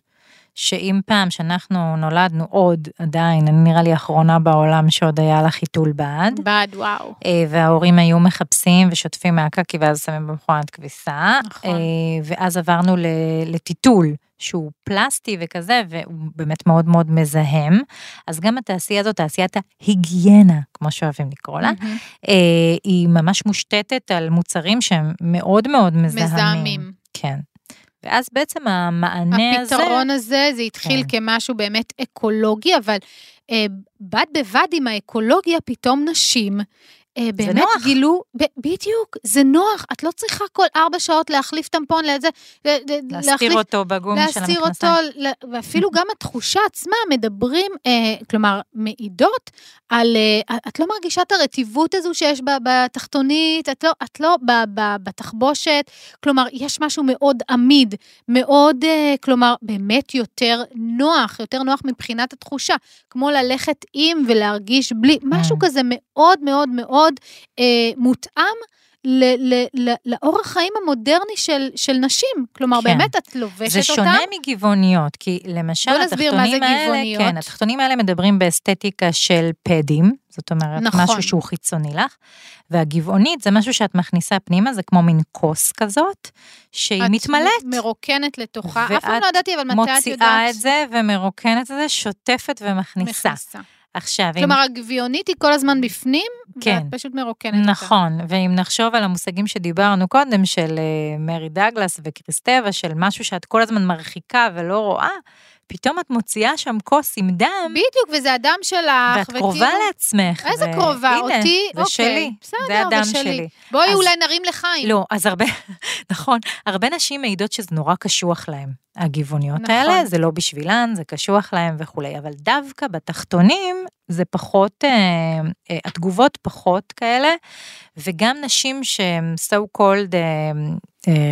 שאם פעם שאנחנו נולדנו עוד, עדיין, אני נראה לי האחרונה בעולם שעוד היה לה חיתול בעד. בעד, וואו. וההורים היו מחפשים ושוטפים מהקקי, ואז שמים במכונת כביסה. נכון. ואז עברנו לטיטול, שהוא פלסטי וכזה, והוא באמת מאוד מאוד מזהם. אז גם התעשייה הזאת, תעשיית ההיגיינה, כמו שאוהבים לקרוא לה, היא ממש מושתתת על מוצרים שהם מאוד מאוד מזהמים. מזהמים. כן. ואז בעצם המענה הזה... הפתרון הזה, זה התחיל כן. כמשהו באמת אקולוגי, אבל אה, בד בבד עם האקולוגיה, פתאום נשים, אה, באמת נוח. גילו, ב, בדיוק, זה נוח, את לא צריכה כל ארבע שעות להחליף טמפון, לזה, להסתיר להחליף, אותו בגום של המכנסיים. להסתיר אותו, ואפילו גם התחושה עצמה, מדברים, אה, כלומר, מעידות, על, אה, את לא מרגישה את הרטיבות הזו שיש בתחתונית, את לא, את לא ב, ב, בתחבושת, כלומר, יש משהו מאוד עמיד, מאוד, אה, כלומר, באמת יותר נוח, יותר נוח מבחינת התחושה, כמו ללכת עם ולהרגיש בלי, משהו כזה מאוד מאוד מאוד אה, מותאם, ל- ל- ל- לאורח חיים המודרני של, של נשים, כלומר כן. באמת את לובשת אותם. זה שונה אותם. מגבעוניות, כי למשל התחתונים האלה, כן, התחתונים האלה מדברים באסתטיקה של פדים, זאת אומרת נכון. משהו שהוא חיצוני לך, והגבעונית זה משהו שאת מכניסה פנימה, זה כמו מין כוס כזאת, שהיא מתמלאת. את מרוקנת לתוכה, אף פעם לא ידעתי, אבל מתי את יודעת? מוציאה את זה ומרוקנת את זה, שוטפת ומכניסה. מכניסה. עכשיו, כלומר, אם... הגביונית היא כל הזמן בפנים, כן. ואת פשוט מרוקנת נכון, אותה. ואם נחשוב על המושגים שדיברנו קודם, של uh, מרי דאגלס וקריסטבה, של משהו שאת כל הזמן מרחיקה ולא רואה, פתאום את מוציאה שם כוס עם דם. בדיוק, וזה הדם שלך. ואת וכאילו... קרובה לעצמך. איזה ו... קרובה? הנה, אותי? זה אוקיי. שלי. בסדר, זה הדם זה שלי. שלי. בואי אז... אולי נרים לחיים. לא, אז הרבה, נכון, הרבה נשים מעידות שזה נורא קשוח להם. הגבעוניות נכון. האלה, זה לא בשבילן, זה קשוח להם וכו'. אבל דווקא בתחתונים, זה פחות, אה, אה, התגובות פחות כאלה, וגם נשים שהם so called אה, אה,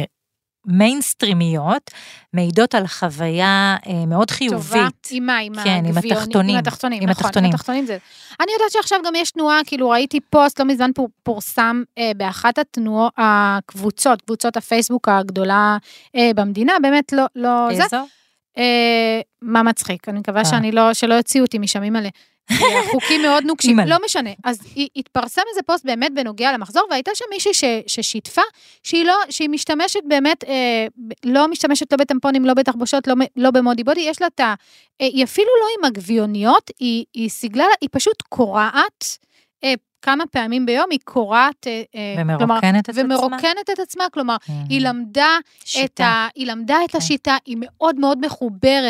מיינסטרימיות, מעידות על חוויה אה, מאוד חיובית. טובה, עם מה? עם כן, עם התחתונים. עם התחתונים, עם נכון. התחתונים. עם התחתונים זה. אני יודעת שעכשיו גם יש תנועה, כאילו ראיתי פוסט, לא מזמן פורסם אה, באחת התנועות, הקבוצות, קבוצות הפייסבוק הגדולה אה, במדינה, באמת לא, לא איזו? זה. אה, מה מצחיק? אני מקווה שאני לא, שלא יוציאו אותי משמים עליה. חוקים מאוד נוקשים, לא משנה. אז התפרסם איזה פוסט באמת בנוגע למחזור, והייתה שם מישהי ששיתפה, שהיא לא, שהיא משתמשת באמת, לא משתמשת לא בטמפונים, לא בתחבושות, לא במודי בודי, יש לה את ה... היא אפילו לא עם הגביוניות, היא סגלה לה, היא פשוט קורעת, כמה פעמים ביום היא קוראת, ומרוקנת את עצמה. ומרוקנת את עצמה, כלומר, היא למדה את ה, היא למדה את השיטה, היא מאוד מאוד מחוברת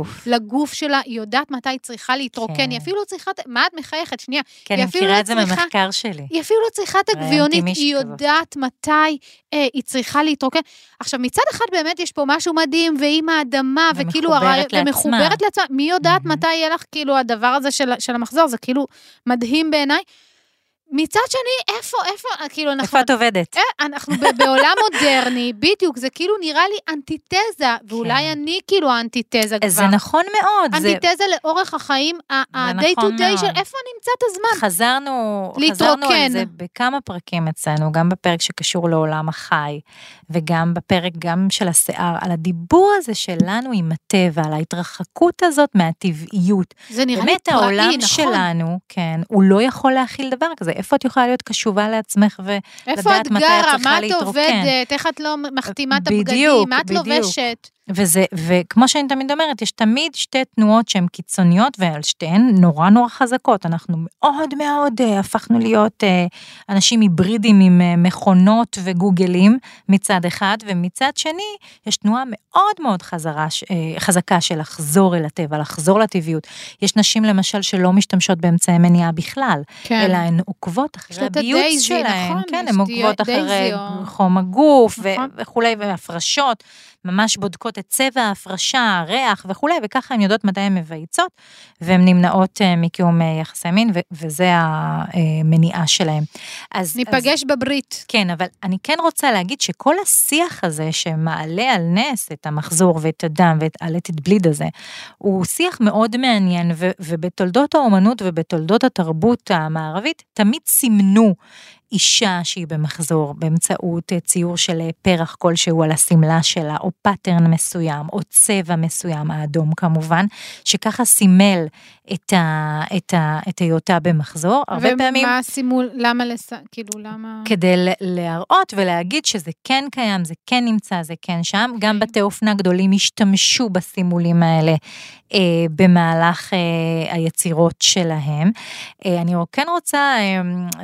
לגוף שלה, היא יודעת מתי היא צריכה להתרוקן, היא אפילו לא צריכה, מה את מחייכת? שנייה. כן, אני מכירה את זה ממחקר שלי. היא אפילו לא צריכה את הגביונית, היא יודעת מתי היא צריכה להתרוקן. עכשיו, מצד אחד באמת יש פה משהו מדהים, ועם האדמה, וכאילו, ומחוברת לעצמה, מי יודעת מתי יהיה לך כאילו הדבר הזה של המחזור, זה כאילו מדהים בעיניי. מצד שני, איפה, איפה, כאילו אנחנו... איפה את עובדת? אנחנו בעולם מודרני, בדיוק, זה כאילו נראה לי אנטיתזה, ואולי אני כאילו האנטיתזה כבר. זה נכון מאוד. אנטיתזה לאורך החיים, ה-day to day של איפה נמצא את הזמן. חזרנו, חזרנו על זה בכמה פרקים אצלנו, גם בפרק שקשור לעולם החי, וגם בפרק גם של השיער, על הדיבור הזה שלנו עם הטבע, על ההתרחקות הזאת מהטבעיות. זה נראה לי פראי, נכון? באמת העולם שלנו, כן, הוא לא יכול להכיל דבר כזה. איפה את יכולה להיות קשובה לעצמך, ולדעת מתי את צריכה להתרוקן. איפה את גרה, מה את עובדת, איך את לא מחתימה את הבגדים, מה את לובשת. וזה, וכמו שאני תמיד אומרת, יש תמיד שתי תנועות שהן קיצוניות, ועל שתיהן נורא נורא חזקות. אנחנו מאוד מאוד uh, הפכנו להיות uh, אנשים היברידים עם uh, מכונות וגוגלים מצד אחד, ומצד שני, יש תנועה מאוד מאוד חזרה, uh, חזקה של לחזור אל הטבע, לחזור לטבעיות. יש נשים למשל שלא משתמשות באמצעי מניעה בכלל, כן. אלא הן עוקבות אחרי הביוץ שלהן. נכון, כן, הן עוקבות אחרי חום הגוף נכון. ו- וכולי, והפרשות. ממש בודקות את צבע ההפרשה, ריח וכולי, וככה הן יודעות מתי הן מבייצות, והן נמנעות מקיום יחסי מין, ו- וזה המניעה שלהן. אז, ניפגש אז, בברית. כן, אבל אני כן רוצה להגיד שכל השיח הזה, שמעלה על נס את המחזור ואת הדם, ואת הלטת בליד הזה, הוא שיח מאוד מעניין, ו- ובתולדות האומנות ובתולדות התרבות המערבית, תמיד סימנו, אישה שהיא במחזור, באמצעות ציור של פרח כלשהו על הסמלה שלה, או פטרן מסוים, או צבע מסוים, האדום כמובן, שככה סימל את, ה, את, ה, את היותה במחזור. הרבה פעמים... ומה סימול, למה לס... כאילו, למה... כדי להראות ולהגיד שזה כן קיים, זה כן נמצא, זה כן שם, okay. גם בתי אופנה גדולים השתמשו בסימולים האלה, אה, במהלך אה, היצירות שלהם. אה, אני כן רוצה אה,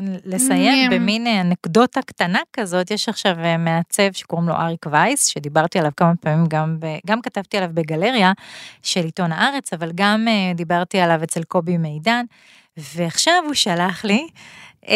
לסיים במין אנקדוטה קטנה כזאת, יש עכשיו מעצב שקוראים לו אריק וייס, שדיברתי עליו כמה פעמים, גם, ב, גם כתבתי עליו בגלריה של עיתון הארץ, אבל גם אה, דיברתי עליו אצל קובי מידן, ועכשיו הוא שלח לי אה,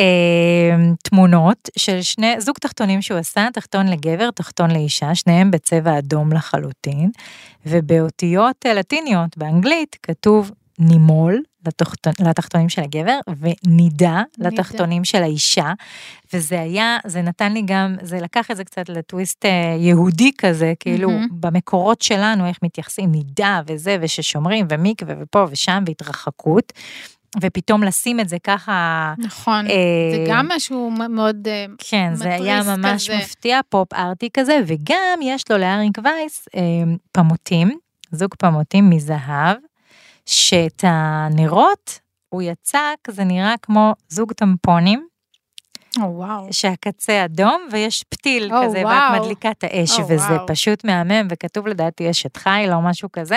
תמונות של שני, זוג תחתונים שהוא עשה, תחתון לגבר, תחתון לאישה, שניהם בצבע אדום לחלוטין, ובאותיות לטיניות באנגלית כתוב נימול, לתחתונים של הגבר, ונידה לתחתונים של האישה, וזה היה, זה נתן לי גם, זה לקח את זה קצת לטוויסט יהודי כזה, כאילו במקורות שלנו, איך מתייחסים, נידה וזה, וששומרים, ומיקווה ופה ושם, והתרחקות, ופתאום לשים את זה ככה... נכון, אה, זה גם משהו מאוד כן, זה היה ממש כזה. מפתיע, פופ ארטי כזה, וגם יש לו לאריק וייס אה, פמוטים, זוג פמוטים מזהב, שאת הנרות הוא יצק, זה נראה כמו זוג טמפונים, oh, wow. שהקצה אדום, ויש פתיל oh, כזה, wow. ואת מדליקה את האש, oh, וזה wow. פשוט מהמם, וכתוב לדעתי אשת חיל, או משהו כזה.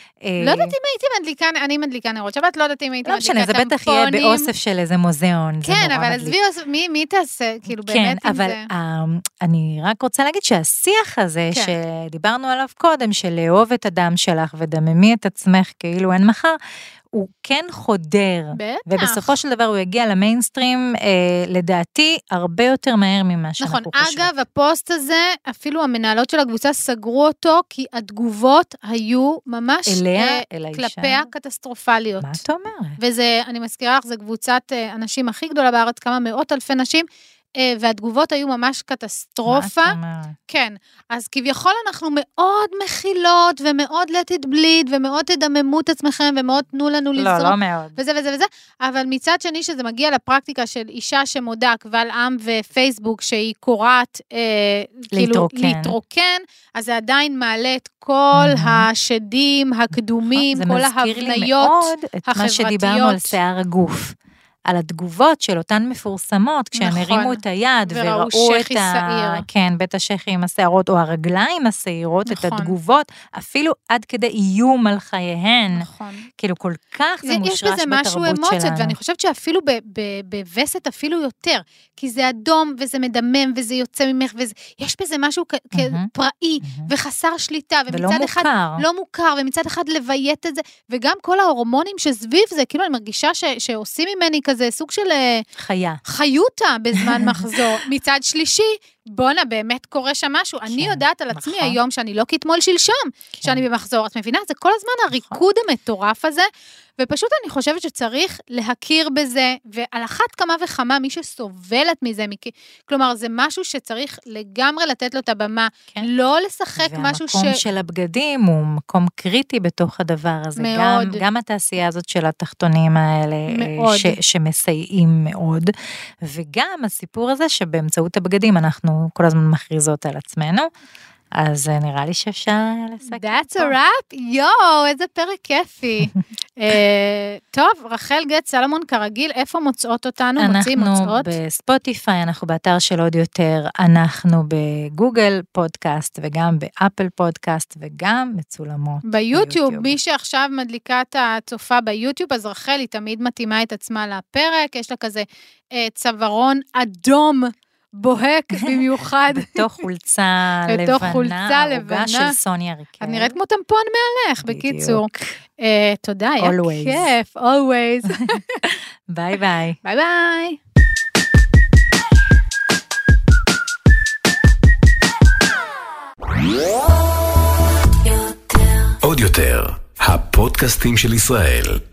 לא יודעת אם הייתי מדליקה, אני מדליקה נרות שבת, לא יודעת אם הייתי לא מדליקה טמפונים. זה בטח יהיה באוסף של איזה מוזיאון, כן, אבל עזבי, מי, מי תעשה, כאילו כן, באמת עם אבל זה. אני רק רוצה להגיד שהשיח הזה, כן. שדיברנו עליו קודם, של לאהוב את הדם שלך, ודממי את עצמך, כאילו אין מחר, הוא כן חודר, בטח. ובסופו של דבר הוא יגיע למיינסטרים, אה, לדעתי, הרבה יותר מהר ממה שאנחנו נכון, חושבים. אגב, הפוסט הזה, אפילו המנהלות של הקבוצה סגרו אותו, כי התגובות היו ממש אליה, אה, אל כלפיה קטסטרופליות. מה את אומרת? וזה, אני מזכירה לך, זו קבוצת אה, אנשים הכי גדולה בארץ, כמה מאות אלפי נשים, והתגובות היו ממש קטסטרופה. מה את אומרת? כן, אז כביכול אנחנו מאוד מכילות, ומאוד let it bleed, ומאוד תדממו את עצמכם, ומאוד תנו לנו לזרוק. לא, לא מאוד. וזה וזה וזה, אבל מצד שני שזה מגיע לפרקטיקה של אישה שמודה, קבל עם ופייסבוק, שהיא קוראת, אה, להתרוקן. כאילו, להתרוקן, אז זה עדיין מעלה את כל mm-hmm. השדים, הקדומים, כל ההבניות החברתיות. זה מזכיר לי מאוד את מה שדיברנו על שיער הגוף. על התגובות של אותן מפורסמות, כשהם נכון. הרימו את היד, וראו את ה... כן, בית השכי עם השערות, או הרגליים השעירות, נכון. את התגובות, אפילו עד כדי איום על חייהן. נכון. כאילו, כל כך זה, זה מושרש בתרבות שלנו. יש בזה משהו אמוציות, ואני חושבת שאפילו בווסת אפילו יותר, כי זה אדום, וזה מדמם, וזה יוצא ממך, ויש בזה משהו כ- mm-hmm. פראי, mm-hmm. וחסר שליטה, ומצד ולא אחד מוכר. לא מוכר, ומצד אחד לביית את זה, וגם כל ההורמונים שסביב זה, כאילו אני מרגישה ש- שעושים ממני כזה סוג של חיה. חיותה בזמן מחזור. מצד שלישי, בונה, באמת קורה שם משהו. כן, אני יודעת על עצמי נכון. היום שאני לא כתמול שלשום, כן. שאני במחזור. את מבינה? זה כל הזמן נכון. הריקוד המטורף הזה, ופשוט אני חושבת שצריך להכיר בזה, ועל אחת כמה וכמה מי שסובלת מזה, כלומר זה משהו שצריך לגמרי לתת לו את הבמה, כן. לא לשחק משהו ש... והמקום של הבגדים הוא מקום קריטי בתוך הדבר הזה, מאוד. גם, גם התעשייה הזאת של התחתונים האלה, ש, שמסייעים מאוד, וגם הסיפור הזה שבאמצעות הבגדים אנחנו כל הזמן מכריזות על עצמנו, אז נראה לי שאפשר לסכם. That's a wrap? יואו, איזה פרק כיפי. טוב, רחל גט סלומון כרגיל, איפה מוצאות אותנו? מוצאים מוצאות? אנחנו בספוטיפיי, אנחנו באתר של עוד יותר, אנחנו בגוגל פודקאסט, וגם באפל פודקאסט, וגם מצולמות. ביוטיוב, מי שעכשיו מדליקה את הצופה ביוטיוב, אז רחל היא תמיד מתאימה את עצמה לפרק, יש לה כזה צווארון אדום, בוהק במיוחד. בתוך חולצה לבנה, בתוך חולצה לבנה. עוגה של סוניה ריקל. את נראית כמו טמפון מעלך, בקיצור. תודה, היה כיף, always. ביי ביי. ביי ביי. עוד יותר, הפודקאסטים של ישראל.